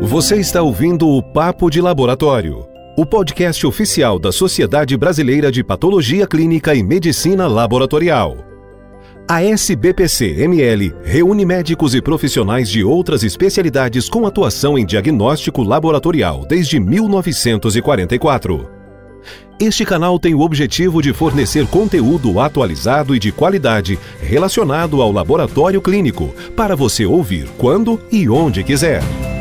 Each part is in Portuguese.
Você está ouvindo o Papo de Laboratório, o podcast oficial da Sociedade Brasileira de Patologia Clínica e Medicina Laboratorial. A SBPC-ML reúne médicos e profissionais de outras especialidades com atuação em diagnóstico laboratorial desde 1944. Este canal tem o objetivo de fornecer conteúdo atualizado e de qualidade relacionado ao laboratório clínico, para você ouvir quando e onde quiser.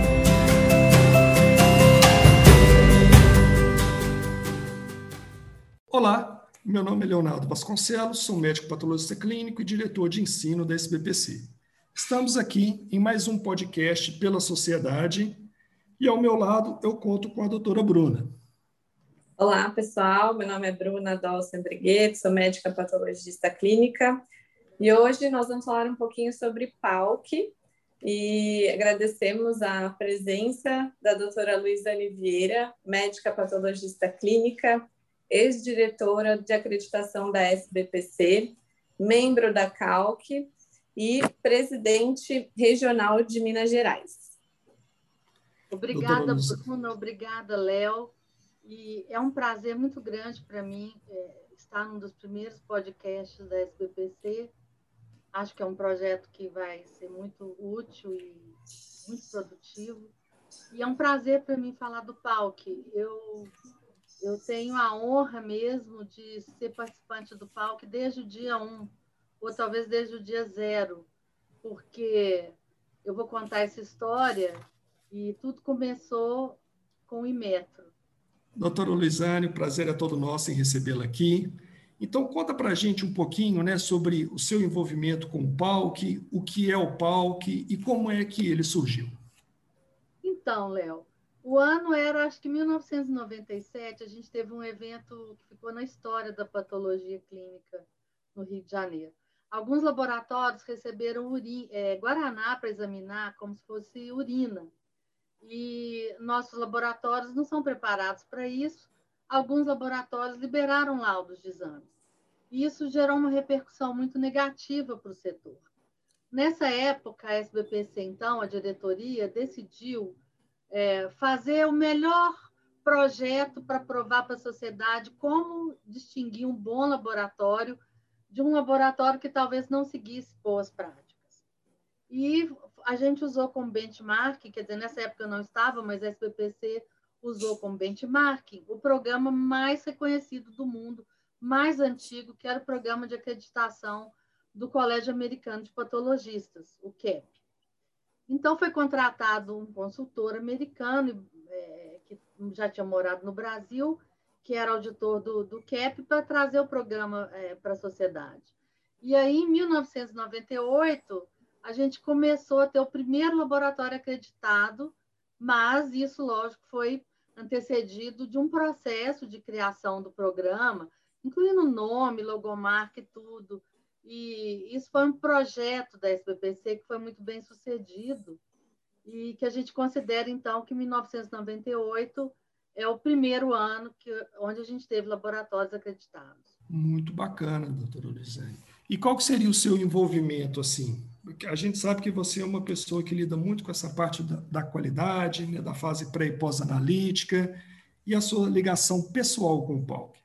Olá, meu nome é Leonardo Vasconcelos, sou médico patologista clínico e diretor de ensino da SBPC. Estamos aqui em mais um podcast pela Sociedade e ao meu lado eu conto com a doutora Bruna. Olá, pessoal. Meu nome é Bruna Dolce Andriguet, sou médica patologista clínica e hoje nós vamos falar um pouquinho sobre PALC e agradecemos a presença da doutora Luizane Vieira, médica patologista clínica, ex-diretora de acreditação da SBPC, membro da CALC e presidente regional de Minas Gerais. Obrigada, Bruna. Obrigada, Léo. E é um prazer muito grande para mim estar num dos primeiros podcasts da SBPC. Acho que é um projeto que vai ser muito útil e muito produtivo. E é um prazer para mim falar do PALC. Eu tenho a honra mesmo de ser participante do PALC desde o dia 1, ou talvez desde o dia 0, porque eu vou contar essa história e tudo começou com o Imetro. Doutora Luizane, o prazer é todo nosso em recebê-la aqui. Então, conta para a gente um pouquinho, né, sobre o seu envolvimento com o PALC, o que é o PALC e como é que ele surgiu. Então, Léo, o ano era, acho que 1997, a gente teve um evento que ficou na história da patologia clínica no Rio de Janeiro. Alguns laboratórios receberam guaraná para examinar como se fosse urina. E nossos laboratórios não são preparados para isso. Alguns laboratórios liberaram laudos de exames. E isso gerou uma repercussão muito negativa para o setor. Nessa época, a SBPC, então, a diretoria, decidiu fazer o melhor projeto para provar para a sociedade como distinguir um bom laboratório de um laboratório que talvez não seguisse boas práticas. E a gente usou como benchmark, quer dizer, nessa época eu não estava, mas a SBPC usou como benchmark o programa mais reconhecido do mundo, mais antigo, que era o programa de acreditação do Colégio Americano de Patologistas, o CAP. Então, foi contratado um consultor americano, que já tinha morado no Brasil, que era auditor do CAP, para trazer o programa para a sociedade. E aí, em 1998, a gente começou a ter o primeiro laboratório acreditado, mas isso, lógico, foi antecedido de um processo de criação do programa, incluindo nome, logomarca e tudo. E isso foi um projeto da SBPC que foi muito bem sucedido e que a gente considera, então, que 1998 é o primeiro ano onde a gente teve laboratórios acreditados. Muito bacana, doutora Luizane. E qual que seria o seu envolvimento, assim? Porque a gente sabe que você é uma pessoa que lida muito com essa parte da qualidade, né, da fase pré e pós-analítica, e a sua ligação pessoal com o PALC.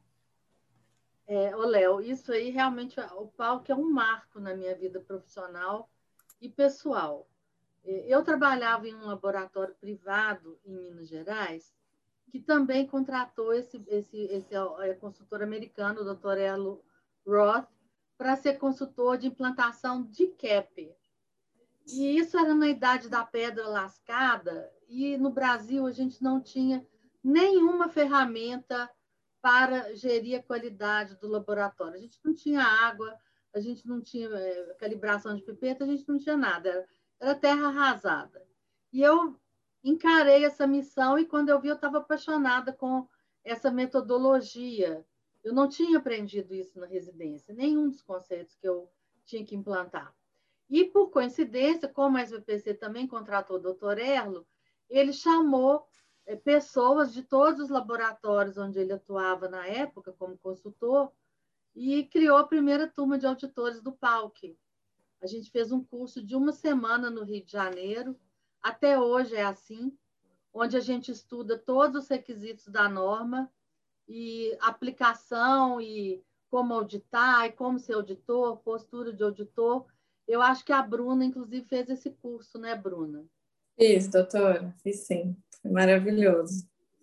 Léo, isso aí realmente, o PALC é um marco na minha vida profissional e pessoal. Eu trabalhava em um laboratório privado em Minas Gerais, que também contratou esse consultor americano, o Dr. Elo Roth, para ser consultor de implantação de CAP. E isso era na idade da pedra lascada, e no Brasil a gente não tinha nenhuma ferramenta para gerir a qualidade do laboratório. A gente não tinha água, a gente não tinha calibração de pipeta, a gente não tinha nada, era terra arrasada. E eu encarei essa missão e quando eu vi, eu estava apaixonada com essa metodologia. Eu não tinha aprendido isso na residência, nenhum dos conceitos que eu tinha que implantar. E, por coincidência, como a SBPC também contratou o Dr. Erlo, ele chamou pessoas de todos os laboratórios onde ele atuava na época, como consultor, e criou a primeira turma de auditores do PALC. A gente fez um curso de uma semana no Rio de Janeiro, até hoje é assim. onde a gente estuda todos os requisitos da norma e aplicação e como auditar e como ser auditor, postura de auditor. Eu acho que a Bruna, inclusive, fez esse curso, né, Bruna? Isso, doutora. Fiz sim. Foi maravilhoso.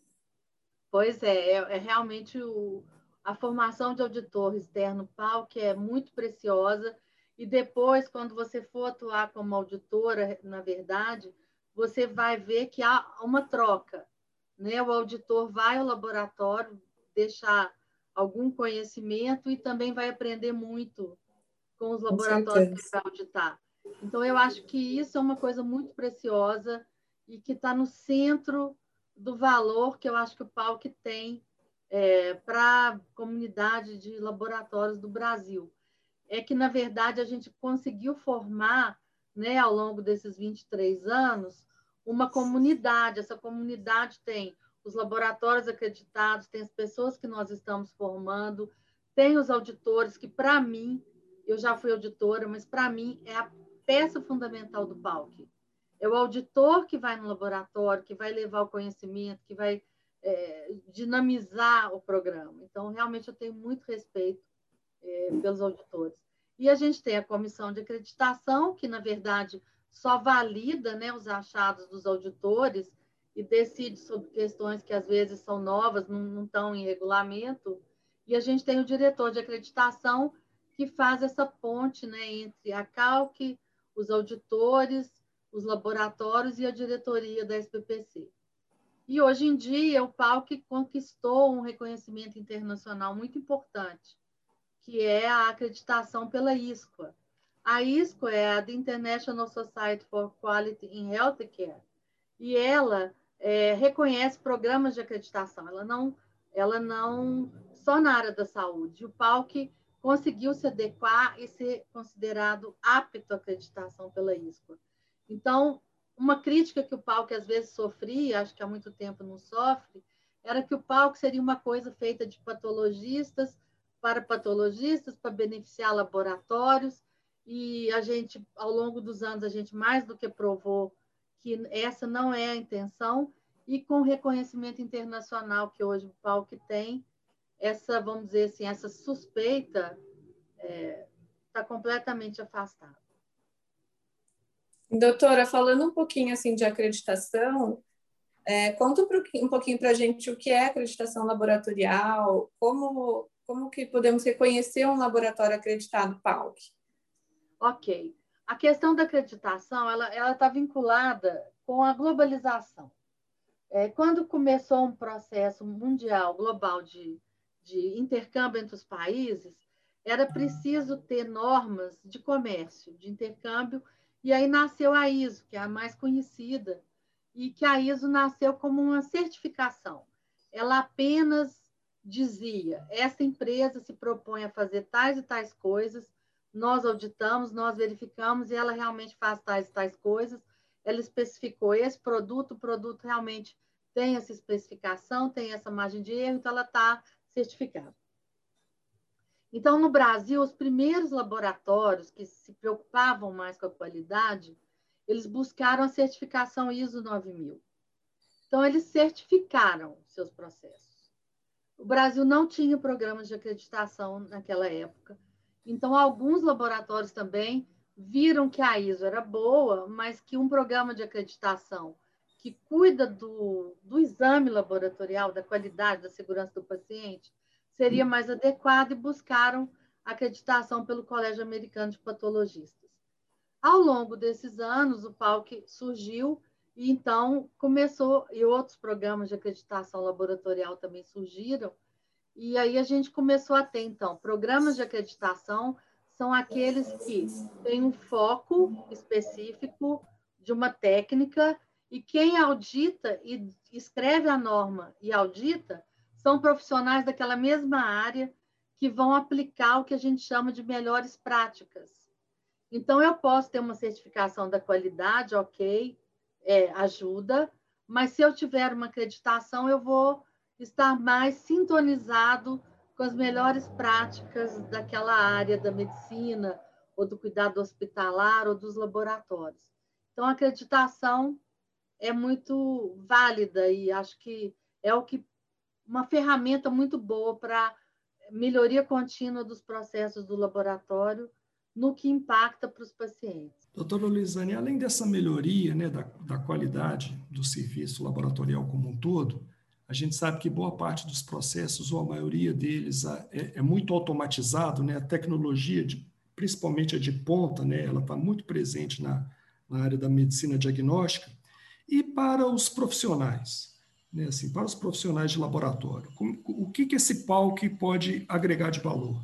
Pois é realmente a formação de auditor externo PALC é muito preciosa e depois, quando você for atuar como auditora, na verdade, você vai ver que há uma troca, né? O auditor vai ao laboratório deixar algum conhecimento e também vai aprender muito com os laboratórios que ele vai auditar. Então, eu acho que isso é uma coisa muito preciosa e que está no centro do valor que eu acho que o PALC tem para a comunidade de laboratórios do Brasil. É que, na verdade, a gente conseguiu formar, né, ao longo desses 23 anos, uma comunidade. Essa comunidade tem os laboratórios acreditados, tem as pessoas que nós estamos formando, tem os auditores, que, para mim, eu já fui auditora, mas, para mim, é a peça fundamental do PALC. É o auditor que vai no laboratório, que vai levar o conhecimento, que vai dinamizar o programa. Então, realmente, eu tenho muito respeito pelos auditores. E a gente tem a comissão de acreditação, que, na verdade, só valida, né, os achados dos auditores e decide sobre questões que, às vezes, são novas, não estão em regulamento. E a gente tem o diretor de acreditação, que faz essa ponte, né, entre a CALC, os auditores, os laboratórios e a diretoria da SBPC. E, hoje em dia, o PALC conquistou um reconhecimento internacional muito importante, que é a acreditação pela ISQA. A ISQA é a The International Society for Quality in Healthcare, e ela reconhece programas de acreditação. Ela não só na área da saúde. O PALC conseguiu se adequar e ser considerado apto à acreditação pela ISQA. Então, uma crítica que o PALC às vezes sofria, acho que há muito tempo não sofre, era que o PALC seria uma coisa feita de patologistas, para beneficiar laboratórios, e a gente, ao longo dos anos, a gente mais do que provou que essa não é a intenção, e com o reconhecimento internacional que hoje o PALC tem, essa, vamos dizer assim, essa suspeita está completamente afastada. Doutora, falando um pouquinho assim de acreditação, conta um pouquinho para a gente o que é acreditação laboratorial, como que podemos reconhecer um laboratório acreditado PALC? Ok. A questão da acreditação, ela está vinculada com a globalização. Quando começou um processo mundial, global, de intercâmbio entre os países, era preciso ter normas de comércio, de intercâmbio, e aí nasceu a ISO, que é a mais conhecida, e que a ISO nasceu como uma certificação. Ela apenas dizia, essa empresa se propõe a fazer tais e tais coisas, nós auditamos, nós verificamos, e ela realmente faz tais e tais coisas. Ela especificou esse produto, o produto realmente tem essa especificação, tem essa margem de erro, então ela está certificada. Então, no Brasil, os primeiros laboratórios que se preocupavam mais com a qualidade, eles buscaram a certificação ISO 9000. Então, eles certificaram seus processos. O Brasil não tinha programas de acreditação naquela época. Então, alguns laboratórios também viram que a ISO era boa, mas que um programa de acreditação que cuida do exame laboratorial, da qualidade, da segurança do paciente, seria mais adequado, e buscaram acreditação pelo Colégio Americano de Patologistas. Ao longo desses anos, o PALC surgiu, e então começou, e outros programas de acreditação laboratorial também surgiram, e aí a gente começou a ter, então, programas de acreditação são aqueles que têm um foco específico de uma técnica, e quem audita e escreve a norma e audita são profissionais daquela mesma área que vão aplicar o que a gente chama de melhores práticas. Então, eu posso ter uma certificação da qualidade, ok, ajuda, mas se eu tiver uma acreditação, eu vou estar mais sintonizado com as melhores práticas daquela área da medicina, ou do cuidado hospitalar, ou dos laboratórios. Então, a acreditação é muito válida e acho que é uma ferramenta muito boa para melhoria contínua dos processos do laboratório no que impacta para os pacientes. Doutora Luizane, além dessa melhoria, né, da qualidade do serviço laboratorial como um todo, a gente sabe que boa parte dos processos, ou a maioria deles, é muito automatizado, né? A tecnologia, principalmente a de ponta, né, ela está muito presente na área da medicina diagnóstica. E para os profissionais, né, assim, para os profissionais de laboratório, o que esse PALC pode agregar de valor?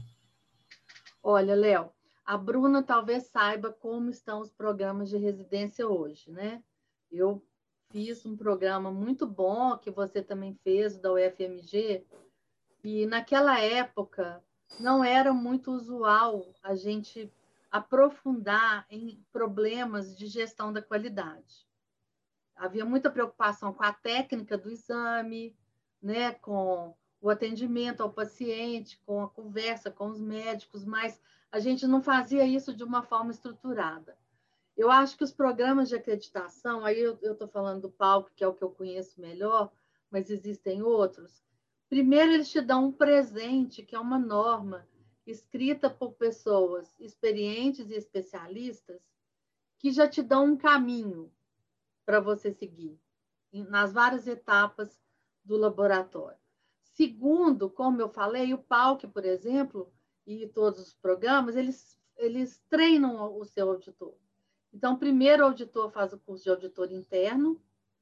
Olha, Léo, a Bruna talvez saiba como estão os programas de residência hoje, né? Eu fiz um programa muito bom, que você também fez, da UFMG, e naquela época não era muito usual a gente aprofundar em problemas de gestão da qualidade. Havia muita preocupação com a técnica do exame, né, com o atendimento ao paciente, com a conversa com os médicos, mas a gente não fazia isso de uma forma estruturada. Eu acho que os programas de acreditação, aí eu estou falando do PALC, que é o que eu conheço melhor, mas existem outros. Primeiro, eles te dão um presente, que é uma norma escrita por pessoas experientes e especialistas, que já te dão um caminho para você seguir nas várias etapas do laboratório. Segundo, como eu falei, o PALC, por exemplo, e todos os programas, eles treinam o seu auditor. Então, primeiro o auditor faz o curso de auditor interno,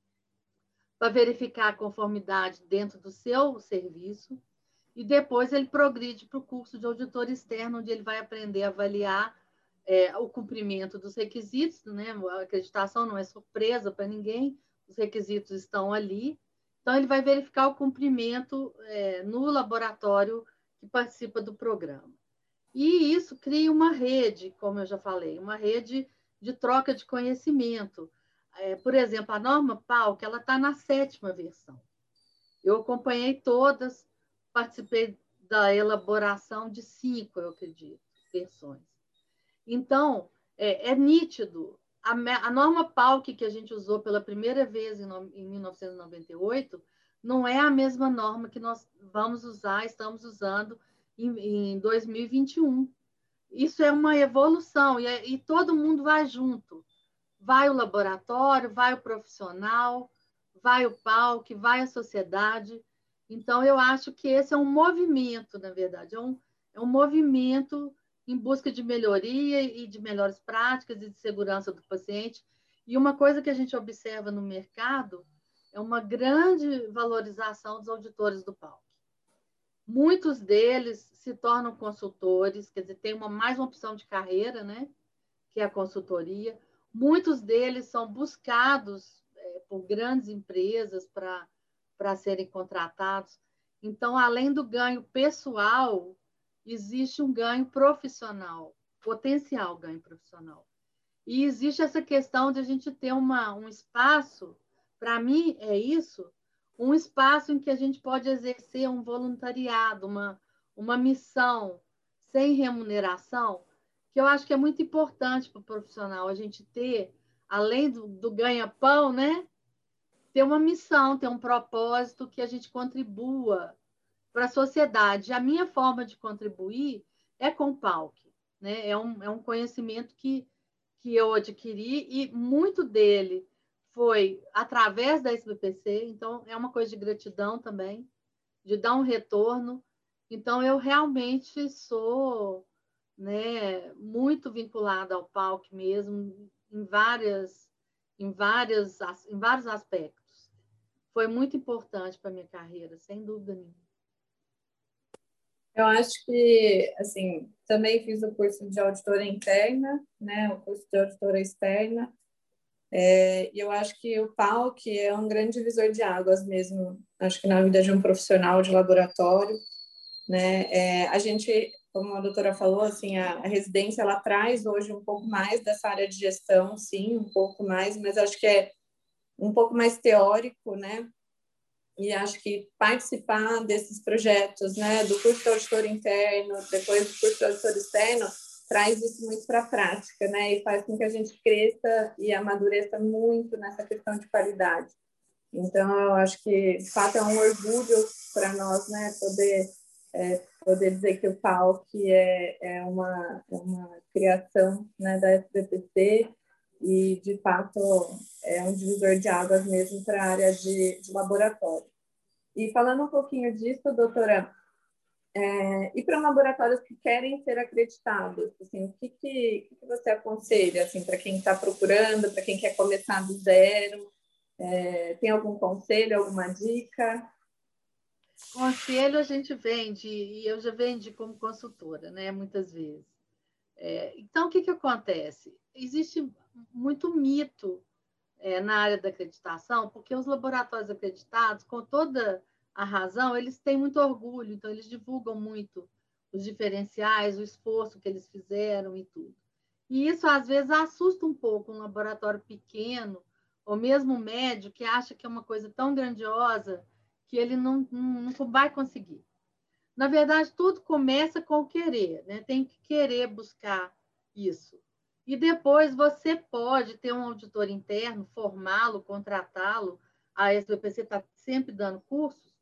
para verificar a conformidade dentro do seu serviço, e depois ele progride para o curso de auditor externo, onde ele vai aprender a avaliar o cumprimento dos requisitos, né? A acreditação não é surpresa para ninguém, os requisitos estão ali. Então, ele vai verificar o cumprimento no laboratório que participa do programa. E isso cria uma rede, como eu já falei, uma rede de troca de conhecimento. Por exemplo, a norma PALC, ela está na 7ª versão. Eu acompanhei todas, participei da elaboração de 5, eu acredito, versões. Então, é nítido. A norma PALC que a gente usou pela primeira vez em 1998 não é a mesma norma que nós estamos usando em 2021. Isso é uma evolução e todo mundo vai junto. Vai o laboratório, vai o profissional, vai o PALC, vai a sociedade. Então, eu acho que esse é um movimento, na verdade, é um movimento em busca de melhoria e de melhores práticas e de segurança do paciente. E uma coisa que a gente observa no mercado é uma grande valorização dos auditores do PALC. Muitos deles se tornam consultores, quer dizer, tem mais uma opção de carreira, né, que é a consultoria. Muitos deles são buscados por grandes empresas para serem contratados. Então, além do ganho pessoal, existe um ganho profissional, potencial ganho profissional. E existe essa questão de a gente ter um espaço, para mim é isso, um espaço em que a gente pode exercer um voluntariado, uma missão sem remuneração, que eu acho que é muito importante para o profissional, a gente ter, além do ganha-pão, né, ter uma missão, ter um propósito que a gente contribua para a sociedade. A minha forma de contribuir é com o PALC, né? É um conhecimento que eu adquiri e muito dele foi através da SBPC, então é uma coisa de gratidão também, de dar um retorno. Então, eu realmente sou, né, muito vinculada ao PALC mesmo, em vários aspectos. Foi muito importante para a minha carreira, sem dúvida nenhuma. Eu acho que, assim, também fiz o curso de auditora interna, né, o curso de auditora externa, e eu acho que o PALC é um grande divisor de águas mesmo, acho que na vida de um profissional de laboratório, né, a gente, como a doutora falou, assim, a residência, ela traz hoje um pouco mais dessa área de gestão, sim, um pouco mais, mas acho que é um pouco mais teórico, né, e acho que participar desses projetos, né, do curso de auditor interno, depois do curso de auditor externo, traz isso muito para a prática, né? E faz com que a gente cresça e amadureça muito nessa questão de qualidade. Então, eu acho que, de fato, é um orgulho para nós, né, poder dizer que o PALC é uma criação, né, da SBPC e, de fato, é um divisor de águas mesmo para a área de laboratório. E falando um pouquinho disso, doutora, e para laboratórios que querem ser acreditados, assim, o que você aconselha assim, para quem está procurando, para quem quer começar do zero? Tem algum conselho, alguma dica? Conselho a gente vende, e eu já vendi como consultora, né, muitas vezes. Então, o que acontece? Existe muito mito na área da acreditação, porque os laboratórios acreditados, com toda a razão, eles têm muito orgulho, então eles divulgam muito os diferenciais, o esforço que eles fizeram e tudo. E isso, às vezes, assusta um pouco um laboratório pequeno, ou mesmo médio, que acha que é uma coisa tão grandiosa que ele não vai conseguir. Na verdade, tudo começa com o querer, né? Tem que querer buscar isso. E depois você pode ter um auditor interno, formá-lo, contratá-lo. A SBPC está sempre dando cursos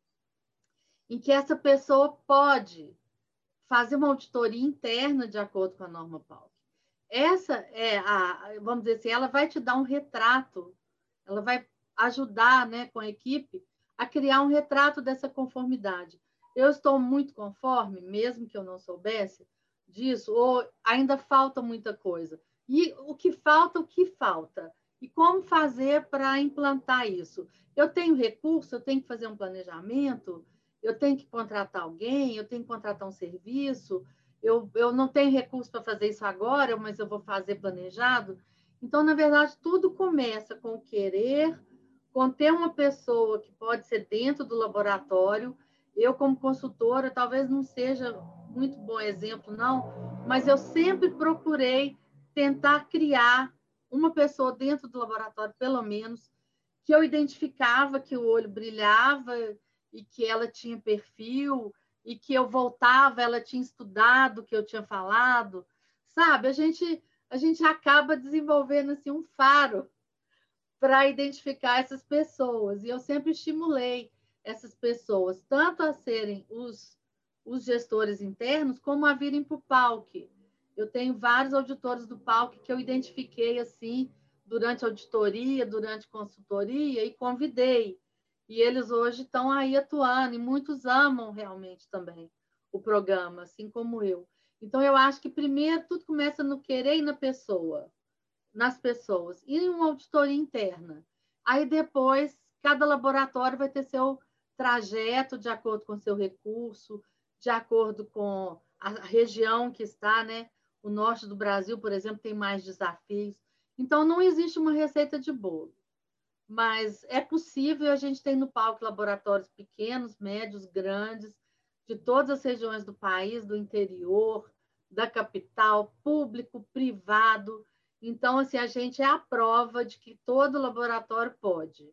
em que essa pessoa pode fazer uma auditoria interna de acordo com a norma PALC. Essa vamos dizer assim, ela vai te dar um retrato, ela vai ajudar, né, com a equipe a criar um retrato dessa conformidade. Eu estou muito conforme, mesmo que eu não soubesse disso, ou ainda falta muita coisa. E o que falta? E como fazer para implantar isso? Eu tenho recurso, eu tenho que fazer um planejamento, eu tenho que contratar alguém, eu tenho que contratar um serviço, eu não tenho recurso para fazer isso agora, mas eu vou fazer planejado. Então, na verdade, tudo começa com o querer, com ter uma pessoa que pode ser dentro do laboratório. Eu, como consultora, talvez não seja muito bom exemplo, não, mas eu sempre procurei tentar criar uma pessoa dentro do laboratório, pelo menos, que eu identificava que o olho brilhava e que ela tinha perfil, e que eu voltava, ela tinha estudado o que eu tinha falado, sabe? A gente acaba desenvolvendo assim, um faro para identificar essas pessoas. E eu sempre estimulei essas pessoas, tanto a serem os gestores internos, como a virem para o PALC. Eu tenho vários auditores do PALC que eu identifiquei assim durante a auditoria, durante consultoria, e convidei. E eles hoje estão aí atuando, e muitos amam realmente também o programa, assim como eu. Então, eu acho que primeiro tudo começa no querer e na pessoa, nas pessoas, e em uma auditoria interna. Aí depois, cada laboratório vai ter seu trajeto de acordo com seu recurso, de acordo com a região que está, né? O norte do Brasil, por exemplo, tem mais desafios. Então, não existe uma receita de bolo. Mas é possível, a gente tem no PALC laboratórios pequenos, médios, grandes, de todas as regiões do país, do interior, da capital, público, privado. Então, assim, a gente é a prova de que todo laboratório pode.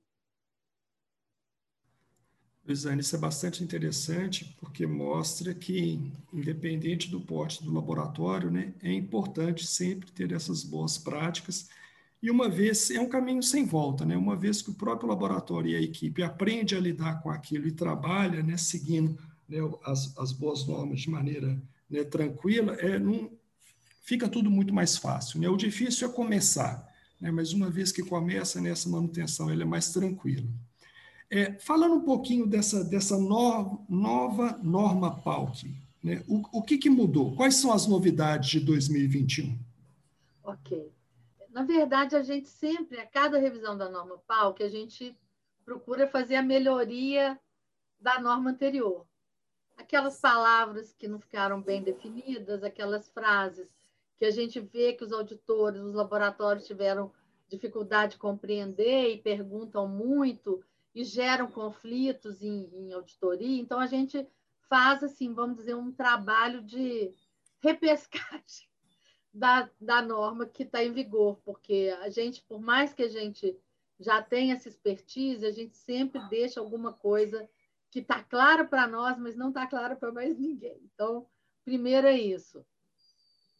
Luizane, isso é bastante interessante, porque mostra que, independente do porte do laboratório, né, é importante sempre ter essas boas práticas. E uma vez, é um caminho sem volta, né? Uma vez que o próprio laboratório e a equipe aprende a lidar com aquilo e trabalha, né, seguindo, né, as boas normas de maneira, né, tranquila, fica tudo muito mais fácil, né? O difícil é começar, né? Mas uma vez que começa nessa manutenção, ele é mais tranquilo. Falando um pouquinho dessa nova norma PALC, né? O que mudou? Quais são as novidades de 2021? Ok. Na verdade, a gente sempre, a cada revisão da norma PALC, a gente procura fazer a melhoria da norma anterior. Aquelas palavras que não ficaram bem definidas, aquelas frases que a gente vê que os auditores, os laboratórios tiveram dificuldade de compreender e perguntam muito e geram conflitos em auditoria. Então, a gente faz, assim, vamos dizer, um trabalho de repescagem da norma que está em vigor, porque a gente, por mais que a gente já tenha essa expertise, a gente sempre deixa alguma coisa que está clara para nós, mas não está clara para mais ninguém. Então, primeiro é isso.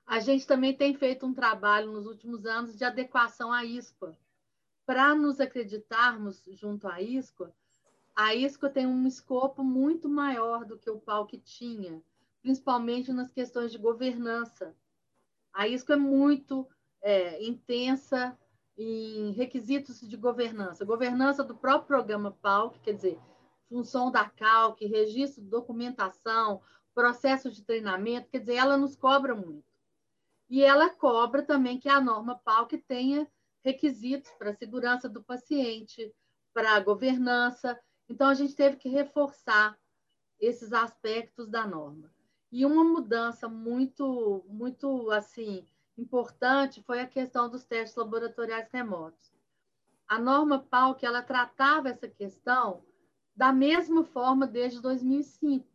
A gente também tem feito um trabalho nos últimos anos de adequação à ISPA. Para nos acreditarmos junto à ISPA, a ISPA tem um escopo muito maior do que o PALC tinha, principalmente nas questões de governança. A ISPA é muito intensa em requisitos de governança. Governança do próprio programa PALC, quer dizer, função da CALC, registro de documentação, processo de treinamento, quer dizer, ela nos cobra muito. E ela cobra também que a norma PALC tenha requisitos para a segurança do paciente, para a governança. Então, a gente teve que reforçar esses aspectos da norma. E uma mudança muito, muito assim, importante foi a questão dos testes laboratoriais remotos. A norma PALC, ela tratava essa questão da mesma forma desde 2005.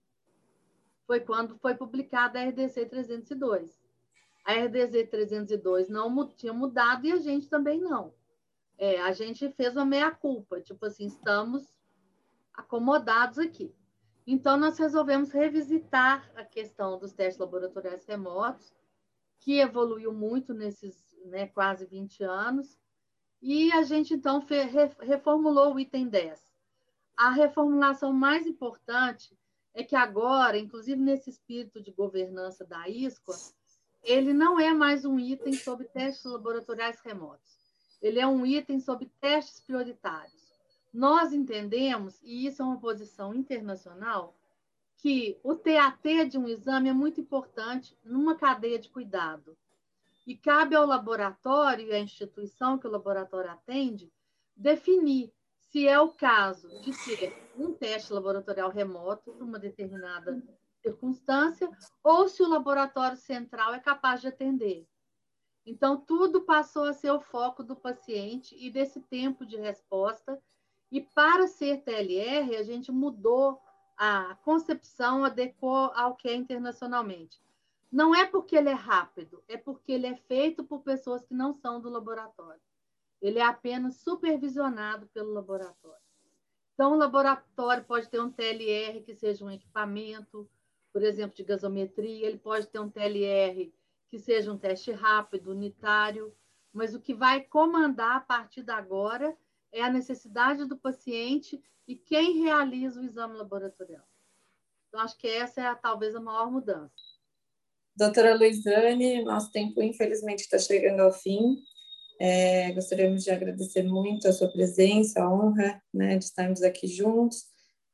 Foi quando foi publicada a RDC 302. A RDC 302 não tinha mudado e a gente também não. A gente fez uma meia-culpa, tipo assim, estamos acomodados aqui. Então, nós resolvemos revisitar a questão dos testes laboratoriais remotos, que evoluiu muito nesses quase 20 anos, e a gente, então, reformulou o item 10. A reformulação mais importante é que agora, inclusive nesse espírito de governança da ISCOA, ele não é mais um item sobre testes laboratoriais remotos. Ele é um item sobre testes prioritários. Nós entendemos, e isso é uma posição internacional, que o TAT de um exame é muito importante numa cadeia de cuidado. E cabe ao laboratório e à instituição que o laboratório atende definir se é o caso de ter um teste laboratorial remoto para uma determinada circunstância ou se o laboratório central é capaz de atender. Então, tudo passou a ser o foco do paciente e desse tempo de resposta. E para ser TLR, a gente mudou a concepção, adequou ao que é internacionalmente. Não é porque ele é rápido, é porque ele é feito por pessoas que não são do laboratório. Ele é apenas supervisionado pelo laboratório. Então, o laboratório pode ter um TLR que seja um equipamento, por exemplo, de gasometria, ele pode ter um TLR que seja um teste rápido, unitário, mas o que vai comandar a partir de agora é a necessidade do paciente e quem realiza o exame laboratorial. Então, acho que essa é talvez a maior mudança. Doutora Luizane, nosso tempo, infelizmente, está chegando ao fim. Gostaríamos de agradecer muito a sua presença, a honra de estarmos aqui juntos.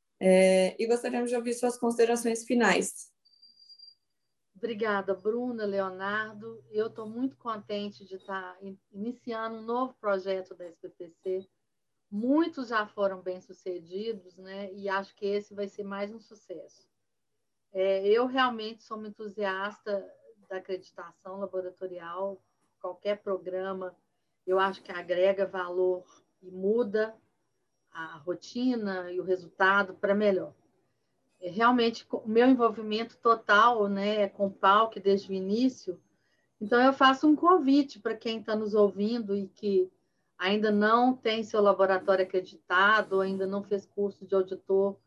E gostaríamos de ouvir suas considerações finais. Obrigada, Bruna, Leonardo. Eu estou muito contente de estar iniciando um novo projeto da SBPC. Muitos já foram bem-sucedidos, e acho que esse vai ser mais um sucesso. Eu realmente sou uma entusiasta da acreditação laboratorial. Qualquer programa, eu acho que agrega valor e muda a rotina e o resultado para melhor. Realmente, o meu envolvimento total com o PALC desde o início. Então, eu faço um convite para quem está nos ouvindo e que ainda não tem seu laboratório acreditado, ainda não fez curso de auditor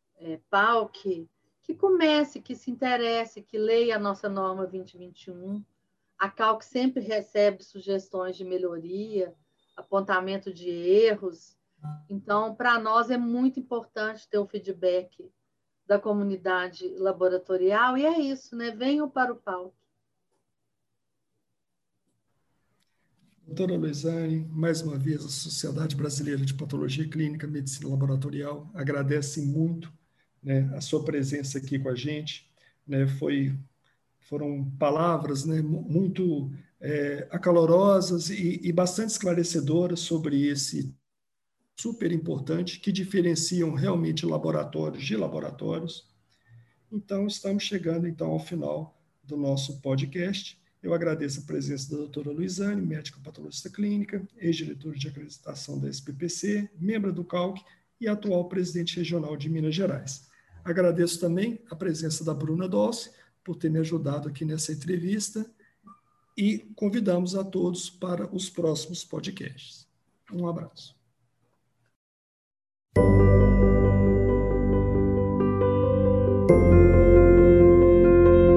PALC, que comece, que se interesse, que leia a nossa norma 2021. A CALC sempre recebe sugestões de melhoria, apontamento de erros. Então, para nós é muito importante ter o feedback da comunidade laboratorial, e é isso, venham para o PALC. Doutora Luizane, mais uma vez a Sociedade Brasileira de Patologia Clínica e Medicina Laboratorial agradece muito a sua presença aqui com a gente. Foram palavras muito acalorosas e bastante esclarecedoras sobre esse super importante, que diferenciam realmente laboratórios de laboratórios. Então, estamos chegando ao final do nosso podcast. Eu agradeço a presença da doutora Luizane, médica patologista clínica, ex-diretora de acreditação da SBPC, membro do CALC e atual presidente regional de Minas Gerais. Agradeço também a presença da Bruna Dolce, por ter me ajudado aqui nessa entrevista, e convidamos a todos para os próximos podcasts. Um abraço.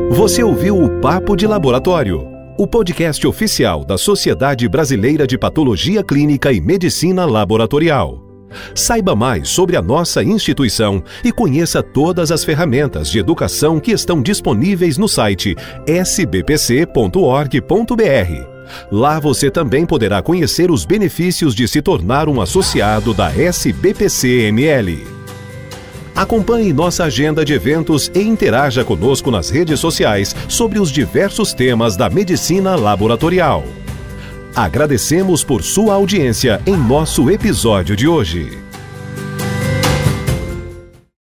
Você ouviu o Papo de Laboratório, o podcast oficial da Sociedade Brasileira de Patologia Clínica e Medicina Laboratorial. Saiba mais sobre a nossa instituição e conheça todas as ferramentas de educação que estão disponíveis no site sbpc.org.br. Lá você também poderá conhecer os benefícios de se tornar um associado da SBPC-ML. Acompanhe nossa agenda de eventos e interaja conosco nas redes sociais sobre os diversos temas da medicina laboratorial. Agradecemos por sua audiência em nosso episódio de hoje.